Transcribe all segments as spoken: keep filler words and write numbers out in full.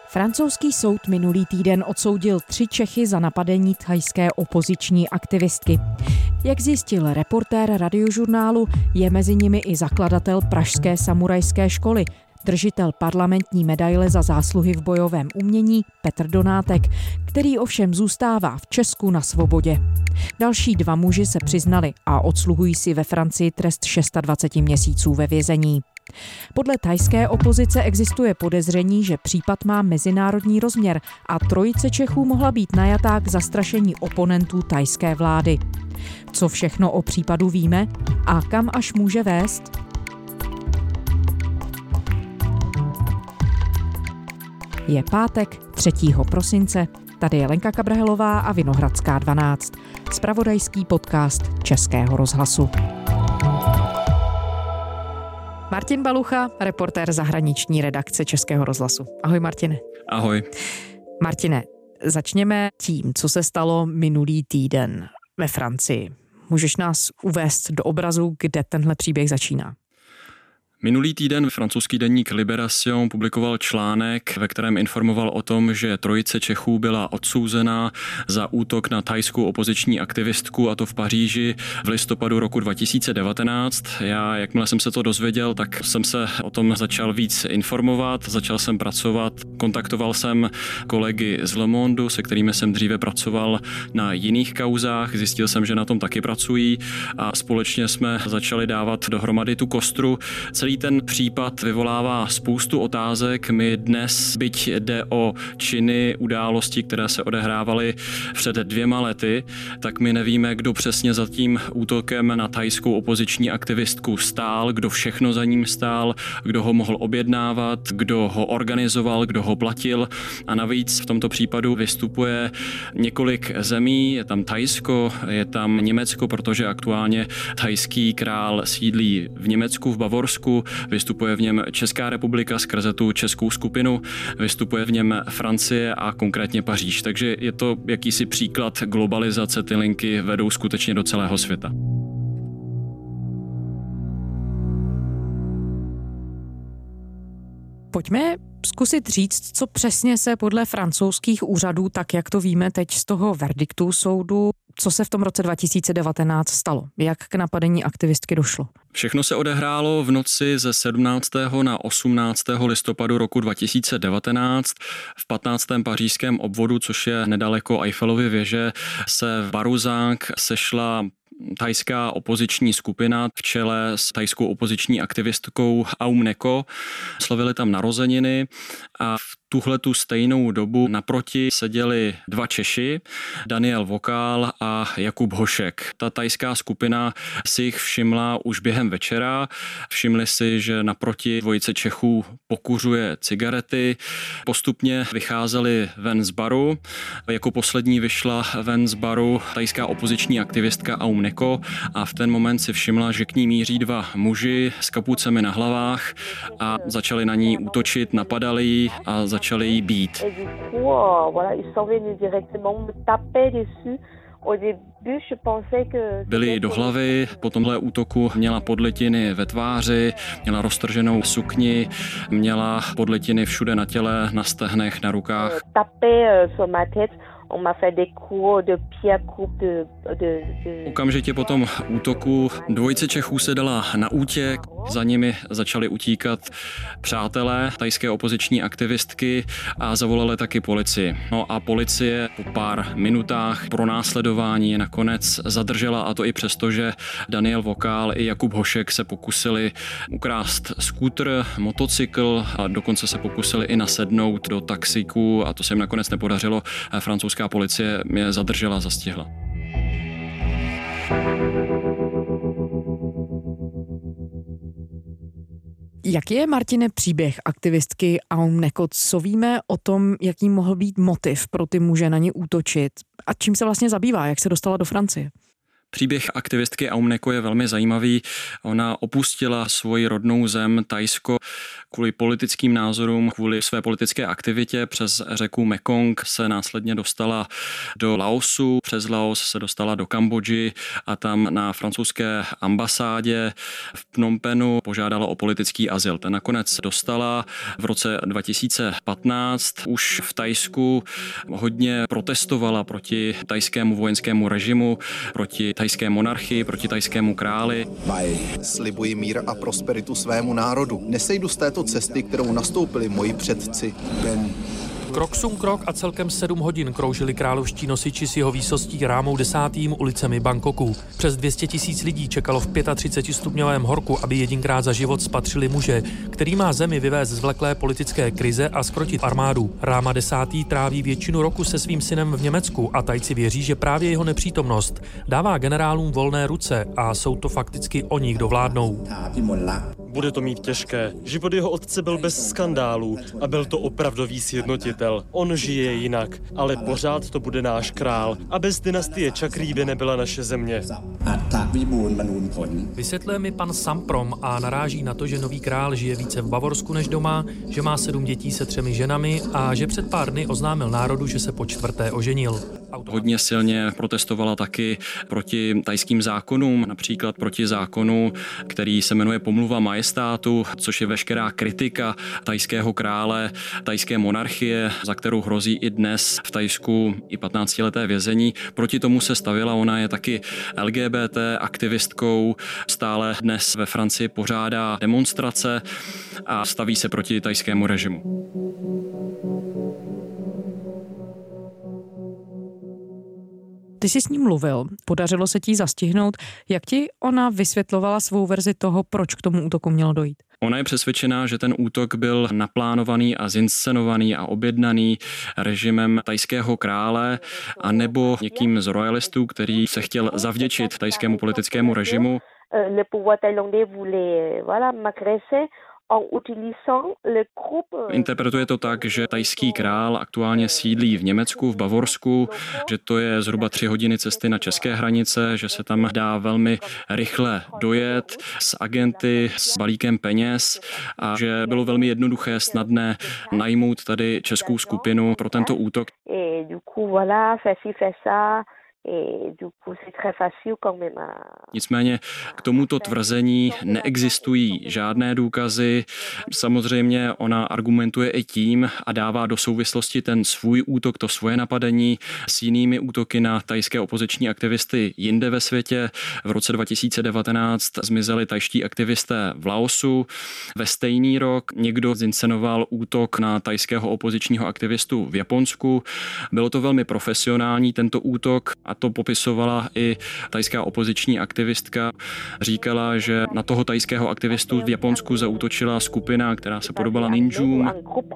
Francouzský soud minulý týden odsoudil tři Čechy za napadení thajské opoziční aktivistky. Jak zjistil reportér Radiožurnálu, je mezi nimi i zakladatel pražské samurajské školy, držitel parlamentní medaile za zásluhy v bojovém umění Petr Donátek, který ovšem zůstává v Česku na svobodě. Další dva muži se přiznali a odsluhují si ve Francii trest dvacet šest měsíců ve vězení. Podle thajské opozice existuje podezření, že případ má mezinárodní rozměr a trojice Čechů mohla být najatá k zastrašení oponentů thajské vlády. Co všechno o případu víme a kam až může vést? Je pátek třetího prosince, tady je Lenka Kabrhelová a Vinohradská dvanáct, zpravodajský podcast Českého rozhlasu. Martin Balucha, reportér zahraniční redakce Českého rozhlasu. Ahoj Martine. Ahoj. Martine, začněme tím, co se stalo minulý týden ve Francii. Můžeš nás uvést do obrazu, kde tenhle příběh začíná? Minulý týden francouzský deník Libération publikoval článek, ve kterém informoval o tom, že trojice Čechů byla odsouzena za útok na thajskou opoziční aktivistku, a to v Paříži v listopadu roku dva tisíce devatenáct. Já, jakmile jsem se to dozvěděl, tak jsem se o tom začal víc informovat, začal jsem pracovat, kontaktoval jsem kolegy z Le Monde, se kterými jsem dříve pracoval na jiných kauzách, zjistil jsem, že na tom taky pracují a společně jsme začali dávat dohromady tu kostru. Celý ten případ vyvolává spoustu otázek. My dnes, byť jde o činy, události, které se odehrávaly před dvěma lety, tak my nevíme, kdo přesně za tím útokem na thajskou opoziční aktivistku stál, kdo všechno za ním stál, kdo ho mohl objednávat, kdo ho organizoval, kdo ho platil. A navíc v tomto případu vystupuje několik zemí. Je tam Thajsko, je tam Německo, protože aktuálně thajský král sídlí v Německu, v Bavorsku. Vystupuje v něm Česká republika skrze tu českou skupinu, vystupuje v něm Francie a konkrétně Paříž. Takže je to jakýsi příklad globalizace, ty linky vedou skutečně do celého světa. Pojďme zkusit říct, co přesně se podle francouzských úřadů, tak jak to víme teď z toho verdiktu soudu, co se v tom roce dva tisíce devatenáct stalo, jak k napadení aktivistky došlo. Všechno se odehrálo v noci ze sedmnáctého na osmnáctého listopadu roku dva tisíce devatenáct. V patnáctém pařížském obvodu, což je nedaleko Eiffelovy věže, se v Baruzánk sešla thajská opoziční skupina v čele s thajskou opoziční aktivistkou Aum Neko. Slavili tam narozeniny a v tuhletu stejnou dobu naproti seděli dva Češi, Daniel Vokál a Jakub Hošek. Ta thajská skupina si jich všimla už během večera. Všimli si, že naproti dvojice Čechů pokuřuje cigarety. Postupně vycházeli ven z baru. Jako poslední vyšla ven z baru thajská opoziční aktivistka Aum Neko a v ten moment si všimla, že k ní míří dva muži s kapucemi na hlavách a začali na ní útočit, napadali ji a začali jí bít. Byli do hlavy, po tomhle útoku měla podletiny ve tváři, měla roztrženou sukni, měla podletiny všude na těle, na stehnech, na rukách. Okamžitě po tom útoku dvojice Čechů se dala na útěk, za nimi začali utíkat přátelé thajské opoziční aktivistky a zavolali taky policii. No a policie po pár minutách pronásledování je nakonec zadržela, a to i přesto, že Daniel Vokál i Jakub Hošek se pokusili ukrást skútr, motocykl a dokonce se pokusili i nasednout do taxíku a to se jim nakonec nepodařilo. Francouzská policie je zadržela, zastihla. Jaký je, Martine, příběh aktivistky Aum Neko? Co víme o tom, jaký mohl být motiv pro ty muže na ně útočit a čím se vlastně zabývá, jak se dostala do Francie? Příběh aktivistky Aum Neko je velmi zajímavý. Ona opustila svoji rodnou zem Thajsko kvůli politickým názorům, kvůli své politické aktivitě. Přes řeku Mekong se následně dostala do Laosu, přes Laos se dostala do Kambodži a tam na francouzské ambasádě v Phnom Penhu požádala o politický azyl. Ten nakonec dostala v roce dva tisíce patnáct. Už v Thajsku hodně protestovala proti thajskému vojenskému režimu, proti thajské monarchii, proti thajskému králi. Slibuji mír a prosperitu svému národu. Nesejdu z této cesty, kterou nastoupili moji předci. Ben. Krok sum krok a celkem sedm hodin kroužili královští nosiči s jeho výsostí Rámou desátým ulicemi Bangkoku. Přes dvě stě tisíc lidí čekalo v třiceti pěti stupňovém horku, aby jedinkrát za život spatřili muže, který má zemi vyvést z vleklé politické krize a zkrotit armádu. Ráma desátý tráví většinu roku se svým synem v Německu a Thajci věří, že právě jeho nepřítomnost dává generálům volné ruce a jsou to fakticky oni, kdo vládnou. Bude to mít těžké. Život jeho otce byl bez skandálů a byl to opravdový sjednotitel. On žije jinak, ale pořád to bude náš král a bez dynastie Čakrý by nebyla naše země. Vysvětluje mi pan Samprom a naráží na to, že nový král žije více v Bavorsku než doma, že má sedm dětí se třemi ženami a že před pár dny oznámil národu, že se po čtvrté oženil. Hodně silně protestovala taky proti thajským zákonům, například proti zákonu, který se jmenuje Pomluva majestátu, což je veškerá kritika thajského krále, thajské monarchie, za kterou hrozí i dnes v Thajsku i patnáctileté vězení. Proti tomu se stavěla, ona je taky L G B T aktivistkou, stále dnes ve Francii pořádá demonstrace a staví se proti thajskému režimu. Ty jsi s ním mluvil, podařilo se ti zastihnout. Jak ti ona vysvětlovala svou verzi toho, proč k tomu útoku mělo dojít? Ona je přesvědčená, že ten útok byl naplánovaný a zinscenovaný a objednaný režimem thajského krále a nebo někým z royalistů, který se chtěl zavděčit thajskému politickému režimu. Le pouvoir thaïlandais voulait, voilà, m'agresser. Interpretuje to tak, že thajský král aktuálně sídlí v Německu, v Bavorsku, že to je zhruba tři hodiny cesty na české hranice, že se tam dá velmi rychle dojet s agenty, s balíkem peněz a že bylo velmi jednoduché, snadné najmout tady českou skupinu pro tento útok. Nicméně k tomuto tvrzení neexistují žádné důkazy. Samozřejmě ona argumentuje i tím a dává do souvislosti ten svůj útok, to svoje napadení s jinými útoky na thajské opoziční aktivisty jinde ve světě. V roce dva tisíce devatenáct zmizeli thajští aktivisté v Laosu. Ve stejný rok někdo zinscenoval útok na thajského opozičního aktivistu v Japonsku. Bylo to velmi profesionální tento útok a to popisovala i thajská opoziční aktivistka. Říkala, že na toho thajského aktivistu v Japonsku zaútočila skupina, která se podobala ninjům.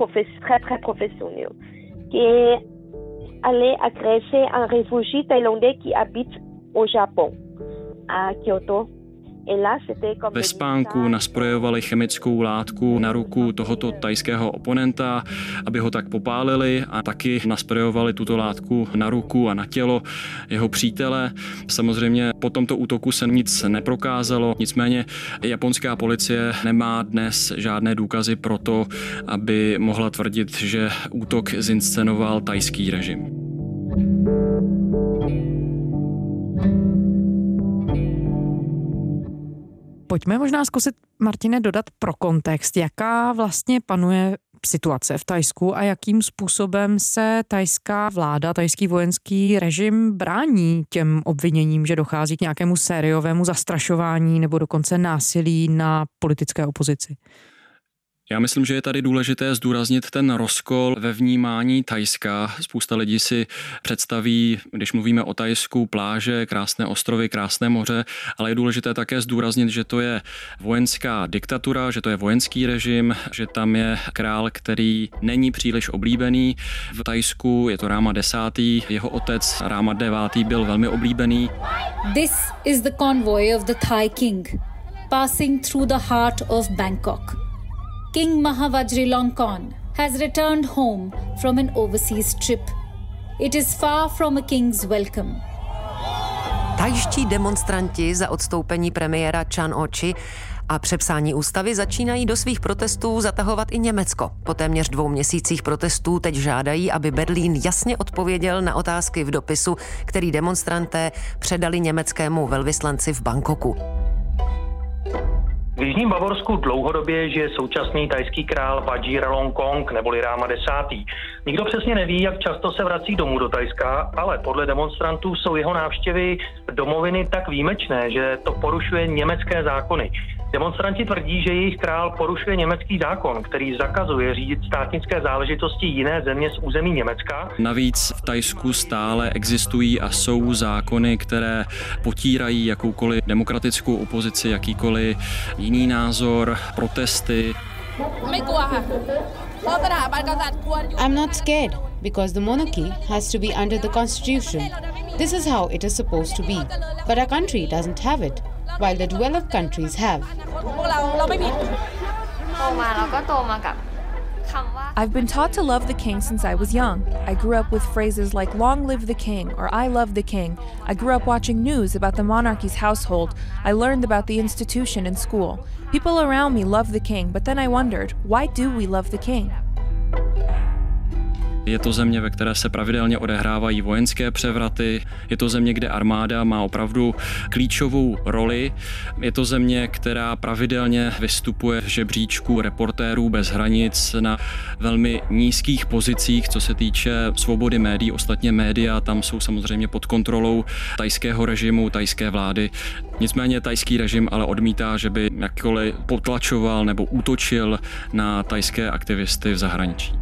Ve spánku nasprojovali chemickou látku na ruku tohoto thajského oponenta, aby ho tak popálili a taky nasprojovali tuto látku na ruku a na tělo jeho přítele. Samozřejmě po tomto útoku se nic neprokázalo, nicméně japonská policie nemá dnes žádné důkazy pro to, aby mohla tvrdit, že útok zinscenoval thajský režim. Pojďme možná zkusit, Martine, dodat pro kontext, jaká vlastně panuje situace v Thajsku a jakým způsobem se thajská vláda, thajský vojenský režim brání těm obviněním, že dochází k nějakému sériovému zastrašování nebo dokonce násilí na politické opozici. Já myslím, že je tady důležité zdůraznit ten rozkol ve vnímání Thajska. Spousta lidí si představí, když mluvíme o Thajsku, pláže, krásné ostrovy, krásné moře, ale je důležité také zdůraznit, že to je vojenská diktatura, že to je vojenský režim, že tam je král, který není příliš oblíbený. V Thajsku je to Ráma desátý, jeho otec Ráma devátý byl velmi oblíbený. This is the convoy of the Thai king, passing through the heart of Bangkok. King Maha Vajiralongkorn has returned home from an overseas trip. It is far from a king's welcome. Thajští demonstranti za odstoupení premiéra Chan O-chi a přepsání ústavy začínají do svých protestů zatahovat i Německo. Po téměř dvou měsících protestů teď žádají, aby Berlín jasně odpověděl na otázky v dopisu, který demonstranté předali německému velvyslanci v Bangkoku. V jižním Bavorsku dlouhodobě žije současný thajský král Vajiralongkorn neboli Ráma desátý. Nikdo přesně neví, jak často se vrací domů do Thajska, ale podle demonstrantů jsou jeho návštěvy domoviny tak výjimečné, že to porušuje německé zákony. Demonstranti tvrdí, že jejich král porušuje německý zákon, který zakazuje řídit státnické záležitosti jiné země z území Německa. Navíc v Thajsku stále existují a jsou zákony, které potírají jakoukoliv demokratickou opozici, jakýkoliv jiný názor, protesty. I'm not scared because the monarchy has to be under the constitution. This is how it is supposed to be. But our country doesn't have it, while the developed countries have. I've been taught to love the king since I was young. I grew up with phrases like "Long live the king" or "I love the king." I grew up watching news about the monarchy's household. I learned about the institution in school. People around me love the king, but then I wondered, why do we love the king? Je to země, ve které se pravidelně odehrávají vojenské převraty. Je to země, kde armáda má opravdu klíčovou roli. Je to země, která pravidelně vystupuje v žebříčku Reportérů bez hranic na velmi nízkých pozicích, co se týče svobody médií. Ostatně média tam jsou samozřejmě pod kontrolou thajského režimu, thajské vlády. Nicméně thajský režim ale odmítá, že by jakkoliv potlačoval nebo útočil na thajské aktivisty v zahraničí.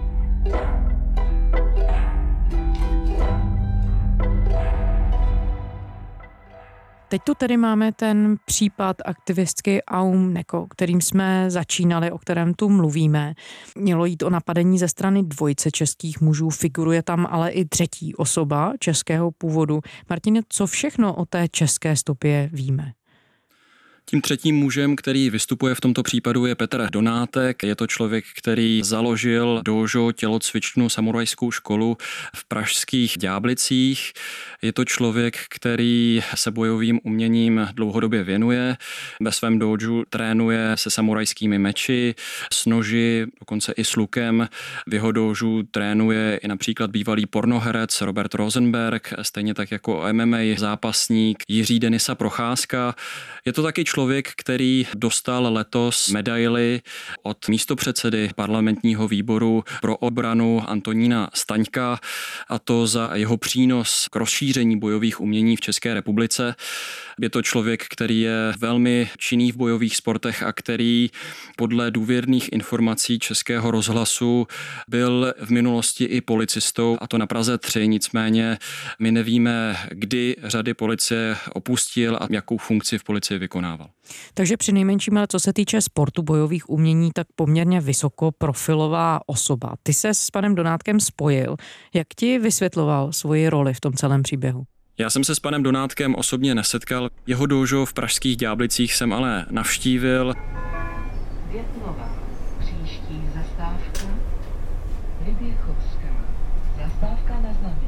Teď tu tedy máme ten případ aktivistky Aum Neko, kterým jsme začínali, o kterém tu mluvíme. Mělo jít o napadení ze strany dvojice českých mužů, figuruje tam ale i třetí osoba českého původu. Martine, co všechno o té české stopě víme? Tím třetím mužem, který vystupuje v tomto případu, je Petr Donátek. Je to člověk, který založil dojo, tělocvičnu, samurajskou školu v pražských Ďáblicích. Je to člověk, který se bojovým uměním dlouhodobě věnuje. Ve svém doju trénuje se samurajskými meči, s noži, dokonce i s lukem. V jeho doju trénuje i například bývalý pornoherec Robert Rosenberg, stejně tak jako M M A zápasník Jiří Denisa Procházka. Je to taky člověk, který dostal letos medaili od místopředsedy parlamentního výboru pro obranu Antonína Staňka, a to za jeho přínos k rozšíření bojových umění v České republice. Je to člověk, který je velmi činný v bojových sportech a který podle důvěrných informací Českého rozhlasu byl v minulosti i policistou, a to na Praze tři, nicméně my nevíme, kdy řady policie opustil a jakou funkci v policii vykonával. Takže přinejmenším, ale co se týče sportu bojových umění, tak poměrně vysokoprofilová osoba. Ty se s panem Donátkem spojil. Jak ti vysvětloval svoji roli v tom celém příběhu? Já jsem se s panem Donátkem osobně nesetkal. Jeho dojo v pražských Ďáblicích jsem ale navštívil. Větnova, příští zastávka, Liběchovská, zastávka na znamení.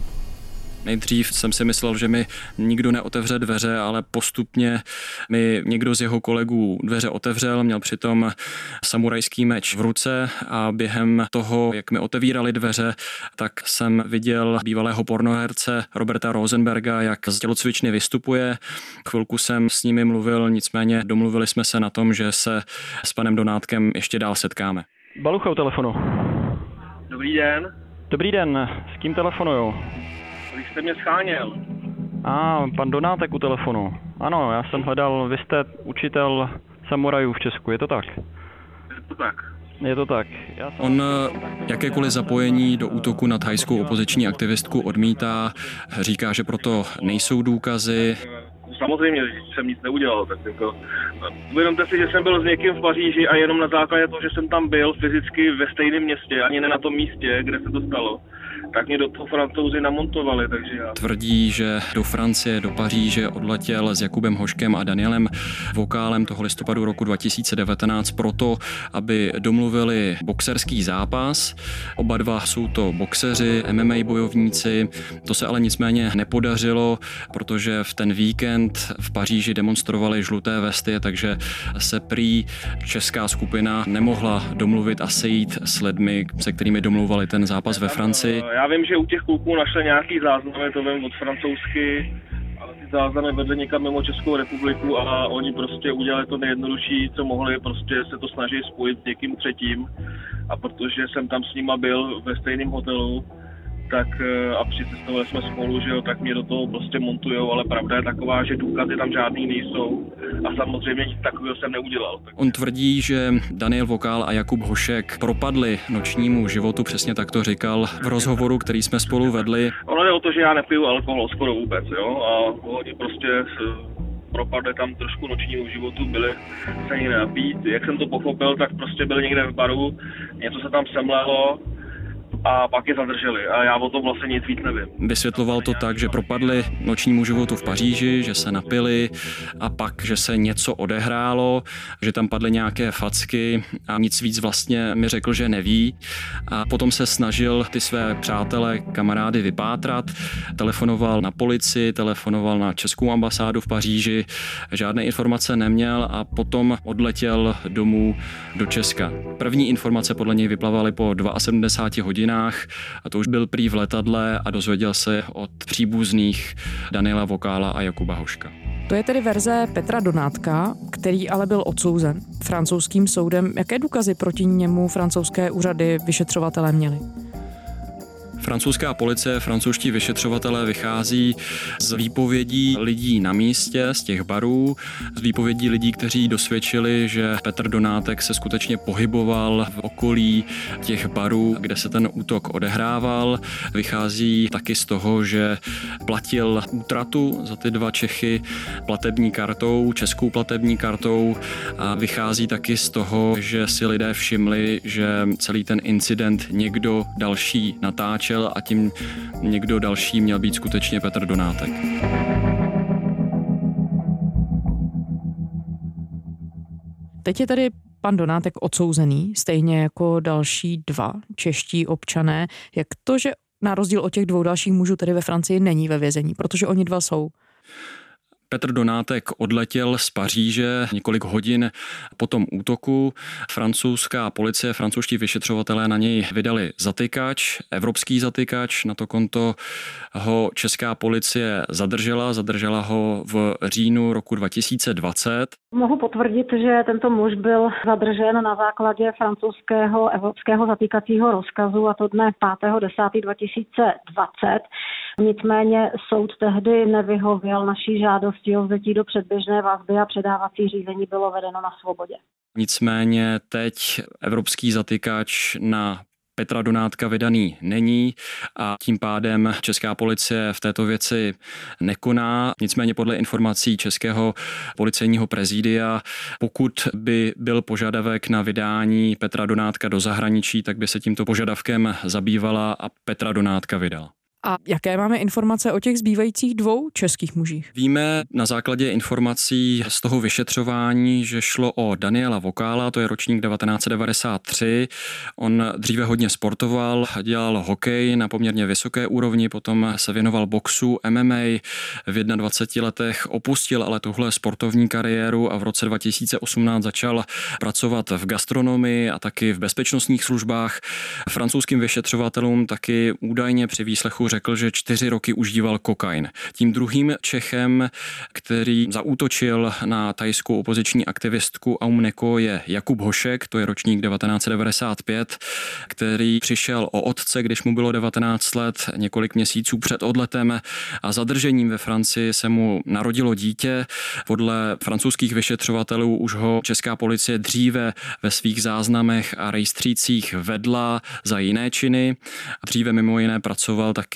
Nejdřív jsem si myslel, že mi nikdo neotevře dveře, ale postupně mi někdo z jeho kolegů dveře otevřel, měl přitom samurajský meč v ruce a během toho, jak mi otevírali dveře, tak jsem viděl bývalého pornoherce Roberta Rosenberga, jak z tělocvičny vystupuje. Chvilku jsem s nimi mluvil, nicméně domluvili jsme se na tom, že se s panem Donátkem ještě dál setkáme. Balucha u telefonu. Dobrý den. Dobrý den, s kým telefonuju? Vy jste mě scháněl. A, ah, pan Donátek u telefonu. Ano, já jsem hledal, vy jste učitel samurajů v Česku, je to tak? Je to tak. Je to tak. Já jsem... On jakékoliv zapojení do útoku na thajskou opoziční aktivistku odmítá, říká, že proto nejsou důkazy. Samozřejmě, jsem nic neudělal, tak jako... Uvědomte si, že jsem byl s někým v Paříži a jenom na základě toho, že jsem tam byl fyzicky ve stejném městě, ani ne na tom místě, kde se to stalo, tak mě do toho Francouzi namontovali, takže já... Tvrdí, že do Francie, do Paříže odletěl s Jakubem Hoškem a Danielem Vokálem toho listopadu roku dva tisíce devatenáct proto, aby domluvili boxerský zápas. Oba dva jsou to boxeři, M M A bojovníci. To se ale nicméně nepodařilo, protože v ten víkend v Paříži demonstrovali žluté vesty, takže se prý česká skupina nemohla domluvit a sejít s lidmi, se kterými domluvali ten zápas ve Francii. Já vím, že u těch kluků našli nějaký záznamy, to vím od francouzsky, ale ty záznamy vedly někam mimo Českou republiku a oni prostě udělali to nejjednodušší, co mohli, prostě se to snaží spojit s někým třetím. A protože jsem tam s nima byl ve stejném hotelu, tak a přicestovali jsme spolu, že jo, tak mě do toho prostě montujou, ale pravda je taková, že důkazy tam žádný nejsou a samozřejmě nic takového jsem neudělal. Tak... On tvrdí, že Daniel Vokál a Jakub Hošek propadli nočnímu životu, přesně tak to říkal v rozhovoru, který jsme spolu vedli. Ono jde o to, že já nepiju alkohol skoro vůbec, jo, a oni prostě propadli tam trošku nočnímu životu, byli se někde napít. Jak jsem to pochopil, tak prostě byli někde v baru, něco se tam semlelo, a pak je zadrželi a já o tom vlastně nic víc nevím. Vysvětloval to tak, že propadli nočnímu životu v Paříži, že se napili a pak, že se něco odehrálo, že tam padly nějaké facky a nic víc vlastně mi řekl, že neví. A potom se snažil ty své přátele, kamarády vypátrat, telefonoval na policii, telefonoval na českou ambasádu v Paříži, žádné informace neměl a potom odletěl domů do Česka. První informace podle něj vyplavaly po sedmdesáti dvou hodinách a to už byl prý v letadle a dozvěděl se od příbuzných Daniela Vokála a Jakuba Hoška. To je tedy verze Petra Donátka, který ale byl odsouzen francouzským soudem. Jaké důkazy proti němu francouzské úřady vyšetřovatelé měli? Francouzská policie, francouzští vyšetřovatelé vychází z výpovědí lidí na místě, z těch barů, z výpovědí lidí, kteří dosvědčili, že Petr Donátek se skutečně pohyboval v okolí těch barů, kde se ten útok odehrával. Vychází taky z toho, že platil útratu za ty dva Čechy platební kartou, českou platební kartou a vychází taky z toho, že si lidé všimli, že celý ten incident někdo další natáčel a tím někdo další měl být skutečně Petr Donátek. Teď je tady pan Donátek odsouzený, stejně jako další dva čeští občané. Jak to, že na rozdíl od těch dvou dalších mužů tedy ve Francii není ve vězení, protože oni dva jsou? Petr Donátek odletěl z Paříže několik hodin po tom útoku. Francouzská policie, francouzští vyšetřovatelé na něj vydali zatykač, evropský zatykač. Na to konto ho česká policie zadržela, zadržela ho v říjnu roku dva tisíce dvacet. Mohu potvrdit, že tento muž byl zadržen na základě francouzského evropského zatýkacího rozkazu a to dne pátého desátého dva tisíce dvacet. Nicméně soud tehdy nevyhověl naší žádosti o vzetí do předběžné vazby a předávací řízení bylo vedeno na svobodě. Nicméně teď evropský zatykač na Petra Donátka vydaný není a tím pádem česká policie v této věci nekoná. Nicméně podle informací českého policejního prezidia, pokud by byl požadavek na vydání Petra Donátka do zahraničí, tak by se tímto požadavkem zabývala a Petra Donátka vydala. A jaké máme informace o těch zbývajících dvou českých mužích? Víme na základě informací z toho vyšetřování, že šlo o Daniela Vokála, to je ročník devatenáct set devadesát tři. On dříve hodně sportoval, dělal hokej na poměrně vysoké úrovni, potom se věnoval boxu, M M A. V dvaceti jedné letech opustil ale tuhle sportovní kariéru a v roce dva tisíce osmnáct začal pracovat v gastronomii a taky v bezpečnostních službách. Francouzským vyšetřovatelům taky údajně při výslechu řekl, že čtyři roky užíval kokain. Tím druhým Čechem, který zaútočil na thajskou opoziční aktivistku Aum Neko, je Jakub Hošek, to je ročník devatenáct set devadesát pět, který přišel o otce, když mu bylo devatenáct let, několik měsíců před odletem a zadržením ve Francii se mu narodilo dítě. Podle francouzských vyšetřovatelů už ho česká policie dříve ve svých záznamech a rejstřících vedla za jiné činy. Dříve mimo jiné pracoval taky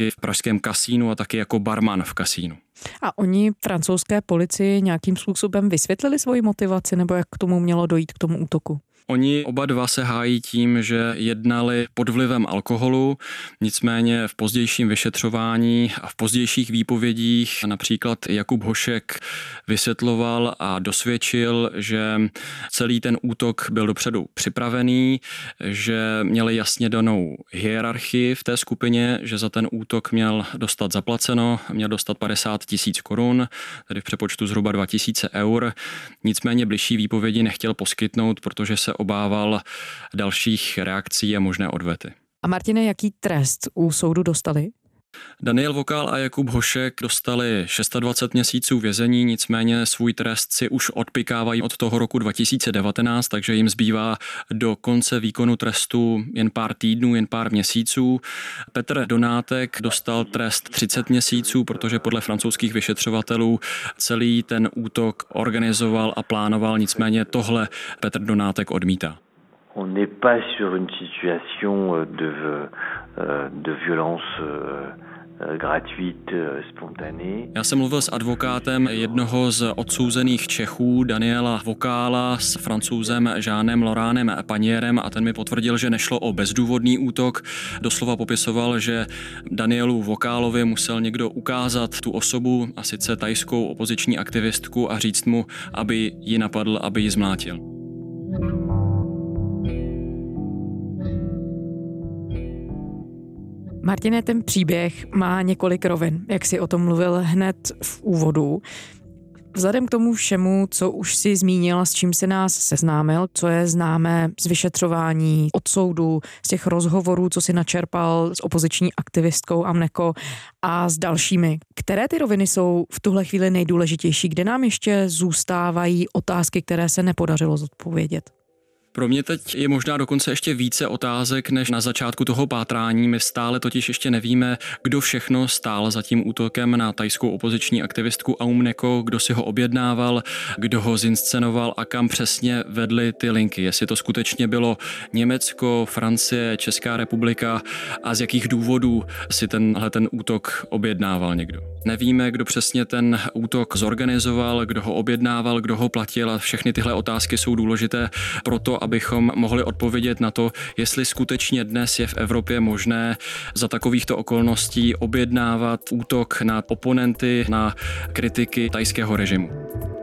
v pražském kasínu a taky jako barman v kasínu. A oni francouzské policii nějakým způsobem vysvětlili svoji motivaci, nebo jak k tomu mělo dojít, k tomu útoku? Oni oba dva se hájí tím, že jednali pod vlivem alkoholu, nicméně v pozdějším vyšetřování a v pozdějších výpovědích například Jakub Hošek vysvětloval a dosvědčil, že celý ten útok byl dopředu připravený, že měli jasně danou hierarchii v té skupině, že za ten útok měl dostat zaplaceno, měl dostat padesát tisíc korun, tedy v přepočtu zhruba dva tisíce eur. Nicméně bližší výpovědi nechtěl poskytnout, protože se obával dalších reakcí a možné odvety. A Martine, jaký trest u soudu dostali? Daniel Vokál a Jakub Hošek dostali dvacet šest měsíců vězení, nicméně svůj trest si už odpikávají od toho roku dva tisíce devatenáct, takže jim zbývá do konce výkonu trestu jen pár týdnů, jen pár měsíců. Petr Donátek dostal trest třicet měsíců, protože podle francouzských vyšetřovatelů celý ten útok organizoval a plánoval, nicméně tohle Petr Donátek odmítá. On n'est pas sur une situation de, de violence gratuite, spontanée. Já jsem mluvil s advokátem jednoho z odsouzených Čechů, Daniela Vokála, s Francouzem Jeanem Laurentem Panierem a ten mi potvrdil, že nešlo o bezdůvodný útok. Doslova popisoval, že Danielu Vokálovi musel někdo ukázat tu osobu, a sice thajskou opoziční aktivistku, a říct mu, aby ji napadl, aby ji zmlátil. Martine, ten příběh má několik rovin, jak jsi o tom mluvil hned v úvodu. Vzhledem k tomu všemu, co už si zmínil, s čím se nás seznámil, co je známé z vyšetřování, od soudu, z těch rozhovorů, co si načerpal s opoziční aktivistkou Amneko a s dalšími. Které ty roviny jsou v tuhle chvíli nejdůležitější? Kde nám ještě zůstávají otázky, které se nepodařilo zodpovědět? Pro mě teď je možná dokonce ještě více otázek než na začátku toho pátrání. My stále totiž ještě nevíme, kdo všechno stál za tím útokem na thajskou opoziční aktivistku Aum Neko, kdo si ho objednával, kdo ho zinscenoval a kam přesně vedly ty linky. Jestli to skutečně bylo Německo, Francie, Česká republika a z jakých důvodů si tenhle ten útok objednával někdo. Nevíme, kdo přesně ten útok zorganizoval, kdo ho objednával, kdo ho platil a všechny tyhle otázky jsou důležité proto, abychom mohli odpovědět na to, jestli skutečně dnes je v Evropě možné za takovýchto okolností objednávat útok na oponenty, na kritiky thajského režimu.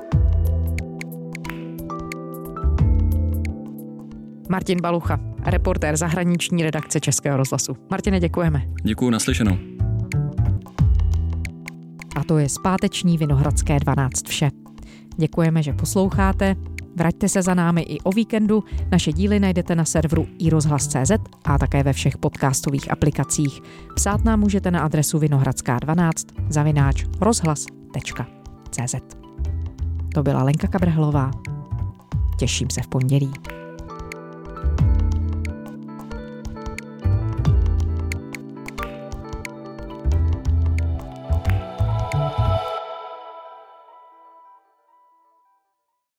Martin Balucha, reportér zahraniční redakce Českého rozhlasu. Martine, děkujeme. Děkuju, naslyšenou. A to je z páteční Vinohradské dvanáct vše. Děkujeme, že posloucháte. Vraťte se za námi i o víkendu. Naše díly najdete na serveru i rozhlas tečka cé zet a také ve všech podcastových aplikacích. Psát nám můžete na adresu vinohradská dvanáct zavináč rozhlas tečka cé zet. To byla Lenka Kabrhelová. Těším se v pondělí.